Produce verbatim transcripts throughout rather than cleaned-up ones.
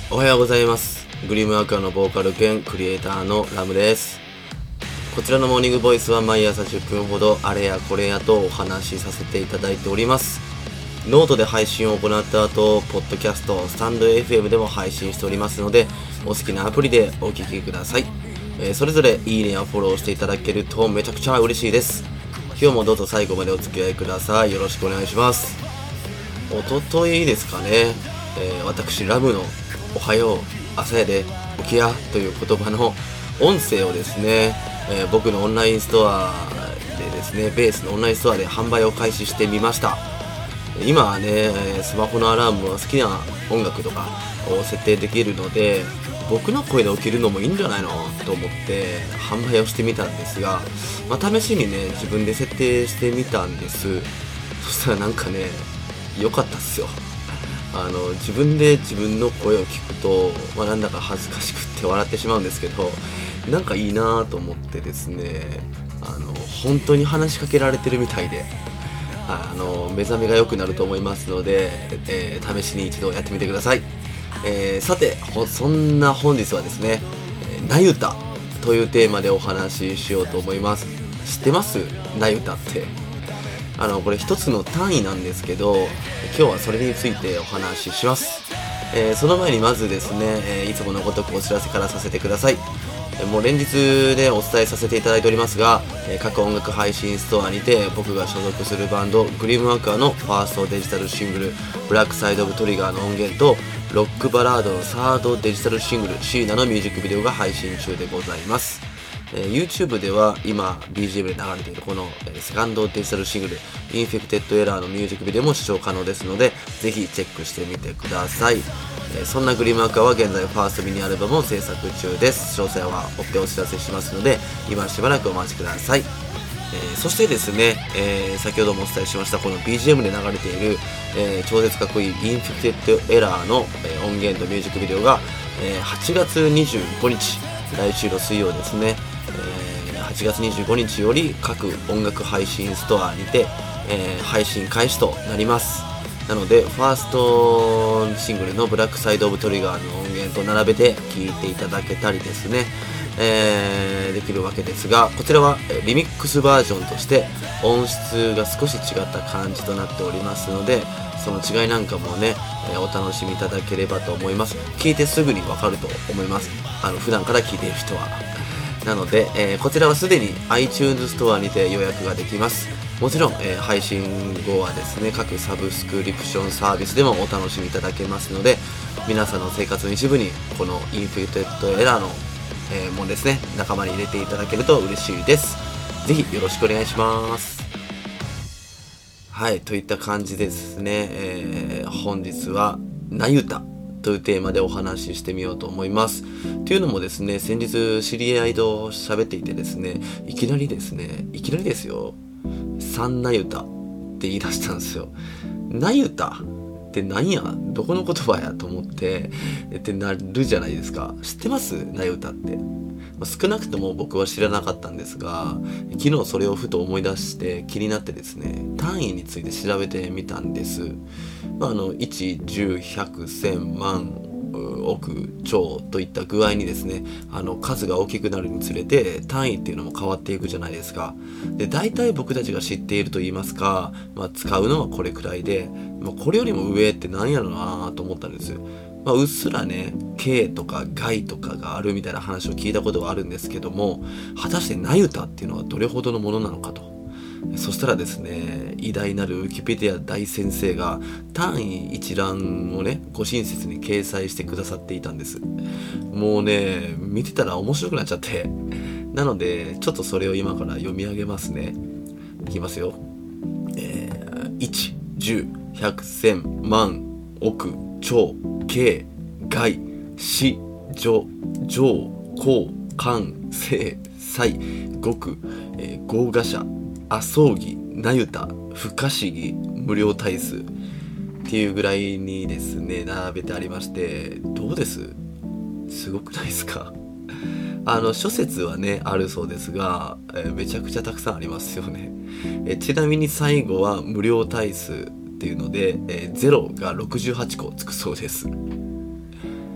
おはようございます。グリムアクアのボーカル兼クリエイターのラムです。こちらのモーニングボイスは毎朝じゅっぷんほどあれやこれやとお話しさせていただいております。ノートで配信を行った後、ポッドキャスト、スタンド エフエム でも配信しておりますので、お好きなアプリでお聞きください。えー、それぞれいいねやフォローしていただけるとめちゃくちゃ嬉しいです。今日もどうぞ最後までお付き合いください。よろしくお願いします。おとといですかね、えー、私ラムのおはよう、朝やで、起きやという言葉の音声をですね、えー、僕のオンラインストアでですね、ベースのオンラインストアで販売を開始してみました。今はね、スマホのアラームは好きな音楽とかを設定できるので、僕の声で起きるのもいいんじゃないのと思って販売をしてみたんですが、まあ、試しにね、自分で設定してみたんです。そしたらなんかね、良かったっすよ。あの自分で自分の声を聞くと、まあ、なんだか恥ずかしくって笑ってしまうんですけど、なんかいいなと思ってですね、あの本当に話しかけられてるみたいで、あの目覚めが良くなると思いますので、えー、試しに一度やってみてください。えー、さてそんな本日はですね、なゆたというテーマでお話ししようと思います。知ってます？なゆたって。あのこれ一つの単位なんですけど、今日はそれについてお話しします。えー、その前にまずですね、えー、いつものごとくお知らせからさせてください。えー、もう連日でお伝えさせていただいておりますが、えー、各音楽配信ストアにて僕が所属するバンドグリムアクアのファーストデジタルシングルブラックサイドオブトリガーの音源とロックバラードのサードデジタルシングルシーナのミュージックビデオが配信中でございます。えー、YouTube では今 ビージーエム で流れているこの、えー、セカンドデジタルシングルインフェクテッドエラーのミュージックビデオも視聴可能ですので、ぜひチェックしてみてください。えー、そんなグリムアクアは現在ファーストミニアルバムを制作中です。詳細は追ってお知らせしますので、今しばらくお待ちください。えー、そしてですね、えー、先ほどもお伝えしましたこの ビージーエム で流れている、えー、超絶かっこいいインフェクテッドエラーの、えー、音源とミュージックビデオが、えー、はちがつにじゅうごにち、来週の水曜ですね、えー、はちがつにじゅうごにちより各音楽配信ストアにて、えー、配信開始となります。なのでファーストシングルのブラックサイドオブトリガーの音源と並べて聴いていただけたりですね、えー、できるわけですが、こちらはリミックスバージョンとして音質が少し違った感じとなっておりますので、その違いなんかもね、えー、お楽しみいただければと思います。聞いてすぐにわかると思います。あの普段から聞いている人は。なので、えー、こちらはすでに iTunes ストアにて予約ができます。もちろん、えー、配信後はですね、各サブスクリプションサービスでもお楽しみいただけますので、皆さんの生活の一部にこのインフェクテッドエラーの、えー、もですね、仲間に入れていただけると嬉しいです。ぜひよろしくお願いします。はい、といった感じでですね、えー、本日はなゆたというテーマでお話ししてみようと思います。というのもですね、先日知り合いと喋っていてですね、いきなりですね、いきなりですよ、さんなゆたって言い出したんですよ。なゆたって何や、どこの言葉やと思ってってなるじゃないですか。知ってます？なゆたって。少なくとも僕は知らなかったんですが、昨日それをふと思い出して気になってですね、単位について調べてみたんです。まあ、あのいち、じゅう、ひゃく、せん、万、億、兆といった具合にですね、あの数が大きくなるにつれて単位っていうのも変わっていくじゃないですか。で、大体僕たちが知っていると言いますか、まあ、使うのはこれくらいで、まあ、これよりも上って何やろなと思ったんです。まあ、うっすらね、K とか外とかがあるみたいな話を聞いたことはあるんですけども、果たしてなゆたっていうのはどれほどのものなのかと。そしたらですね、偉大なるウィキペディア大先生が単位一覧をね、ご親切に掲載してくださっていたんです。もうね、見てたら面白くなっちゃって。なので、ちょっとそれを今から読み上げますね。いきますよ。えー、いち、じゅう、ひゃく、せん、万、億、兆、K、外、死、女、上、公、官、正、祭、極、えー、豪華者、あ葬儀、なゆた、不可思議、無料大数っていうぐらいにですね、並べてありまして、どうです？すごくないですか？あの諸説はねあるそうですが、えー、めちゃくちゃたくさんありますよね。えー、ちなみに最後は無料大数っていうので、えー、ゼロがろくじゅうはちこつくそうです。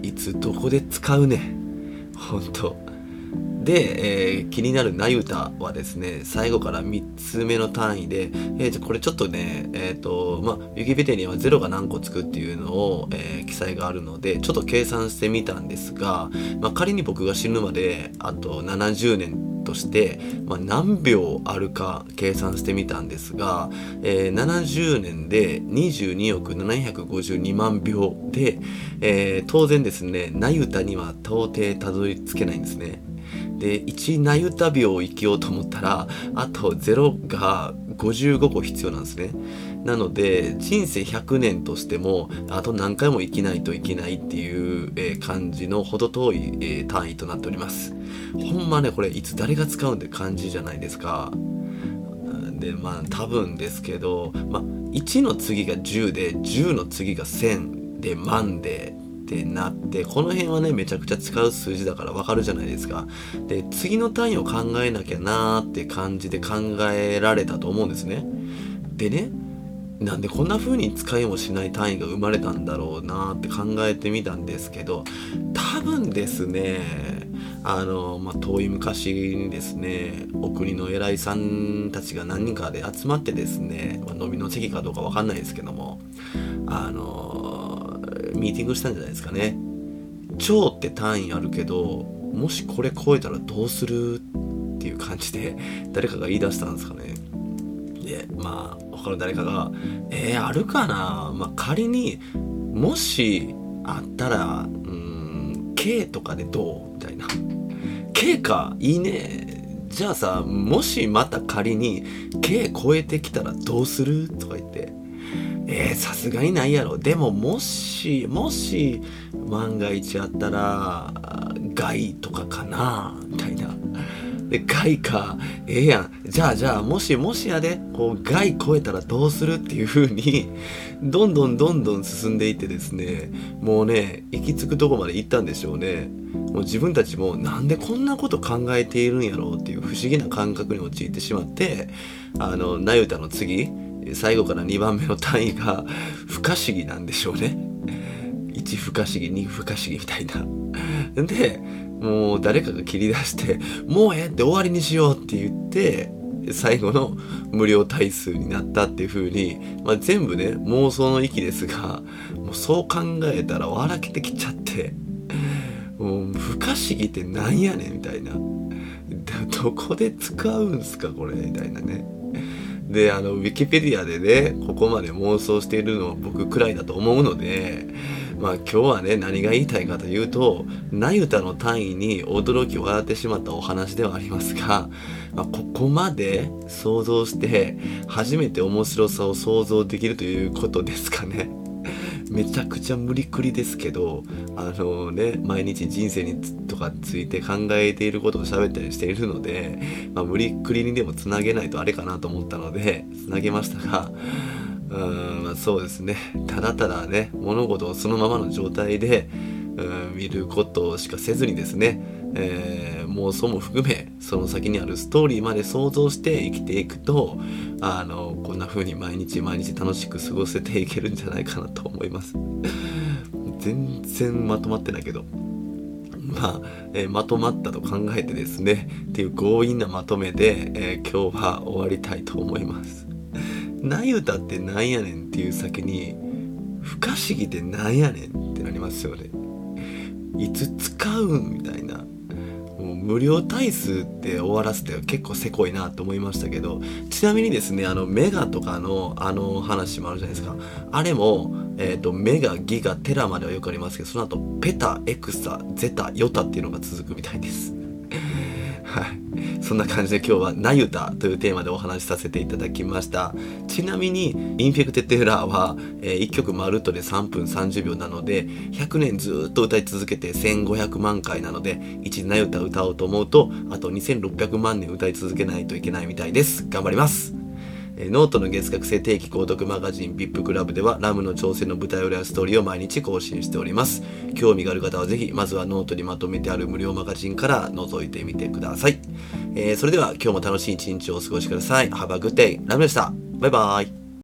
いつどこで使うねんほんとで、えー、気になるナユタはですね、最後からみっつめの単位で、えー、これちょっとね、えっと、まあ、ウィキペディアにはゼロが何個つくっていうのを、えー、記載があるので、ちょっと計算してみたんですが、まあ、仮に僕が死ぬまであとななじゅうねんとして、まあ、何秒あるか計算してみたんですが、えー、ななじゅうねんでにじゅうにおくななひゃくごじゅうにまんびょうで、えー、当然ですね、ナユタには到底たどり着けないんですね。でいちナユタ秒を生きようと思ったらあとゼロがごじゅうごこ必要なんですね。なので人生ひゃくねんとしてもあと何回も生きないといけないっていう、えー、感じの程遠い、えー、単位となっております。ほんまねこれいつ誰が使うんって感じじゃないですか。でまあ多分ですけど、まあ、いちの次がじゅうでじゅうの次がせんで万でってなって、この辺はねめちゃくちゃ使う数字だからわかるじゃないですか。で次の単位を考えなきゃなーって感じで考えられたと思うんですね。でね、なんでこんな風に使いもしない単位が生まれたんだろうなーって考えてみたんですけど、多分ですねあの、まあ、遠い昔にですねお国の偉いさんたちが何人かで集まってですね、まあ、飲みの席かどうかわかんないですけども、あのミーティングしたんじゃないですかね。超って単位あるけどもしこれ超えたらどうするっていう感じで誰かが言い出したんですかね。でまあ他の誰かがえー、あるかな、まあ、仮にもしあったらうーん K とかでどうみたいな K かいいね、じゃあさもしまた仮に K 超えてきたらどうするとか言って、えー、さすがにないやろ。でももしもし万が一あったら害とかかなみたいな。で害かええやん、じゃあじゃあもしもしやでこう害超えたらどうするっていう風にどんどんどんどん進んでいってですね、もうね行き着くとこまで行ったんでしょうね。もう自分たちもなんでこんなこと考えているんやろうっていう不思議な感覚に陥ってしまって、あのナユタの次最後からにばんめの単位が不可思議なんでしょうね。いち不可思議に不可思議みたいな。でもう誰かが切り出してもうええって終わりにしようって言って最後の無料対数になったっていう風に、まあ、全部ね妄想の域ですが、もうそう考えたら笑けてきちゃって、もう不可思議ってなんやねんみたいな、どこで使うんすかこれみたいなね。であのウィキペディアでねここまで妄想しているのは僕くらいだと思うので、まあ今日はね何が言いたいかというと、ナユタの単位に驚き笑ってしまったお話ではありますが、まあ、ここまで想像して初めて面白さを想像できるということですかね。めちゃくちゃ無理くりですけど、あのね毎日人生につとかついて考えていることを喋ったりしているので、まあ、無理くりにでもつなげないとあれかなと思ったのでつなげましたが、うーん、まあ、そうですね、ただただね物事をそのままの状態でうん見ることしかせずにですね、えー、妄想も含めその先にあるストーリーまで想像して生きていくと、あのこんな風に毎日毎日楽しく過ごせていけるんじゃないかなと思います。全然まとまってないけどまあ、えー、まとまったと考えてですねっていう強引なまとめで、えー、今日は終わりたいと思います。ナユタってなんやねんっていう先に不可思議ってなんやねんってなりますよね。いつ使うんみたいな。もう無料対数って終わらせて結構せこいなと思いましたけど、ちなみにですねあのメガとかのあの話もあるじゃないですか。あれも、えーと、メガギガテラまではよくありますけど、その後ペタエクサゼタヨタっていうのが続くみたいです。はい、そんな感じで今日はナユタというテーマでお話しさせていただきました。ちなみにインフェクテッドエラーは、えー、いっきょくまるっとでさんぷんさんじゅうびょうなのでひゃくねんずっと歌い続けてせんごひゃくまんかいなので、いちナユタ歌おうと思うとあとにせんろっぴゃくまんねん歌い続けないといけないみたいです。頑張ります。ノートの月額制定期購読マガジン ブイアイピー クラブではラムの挑戦の舞台裏やストーリーを毎日更新しております。興味がある方はぜひまずはノートにまとめてある無料マガジンから覗いてみてください。えー、それでは今日も楽しい一日をお過ごしください。Have a good day. ラムでした。バイバイ。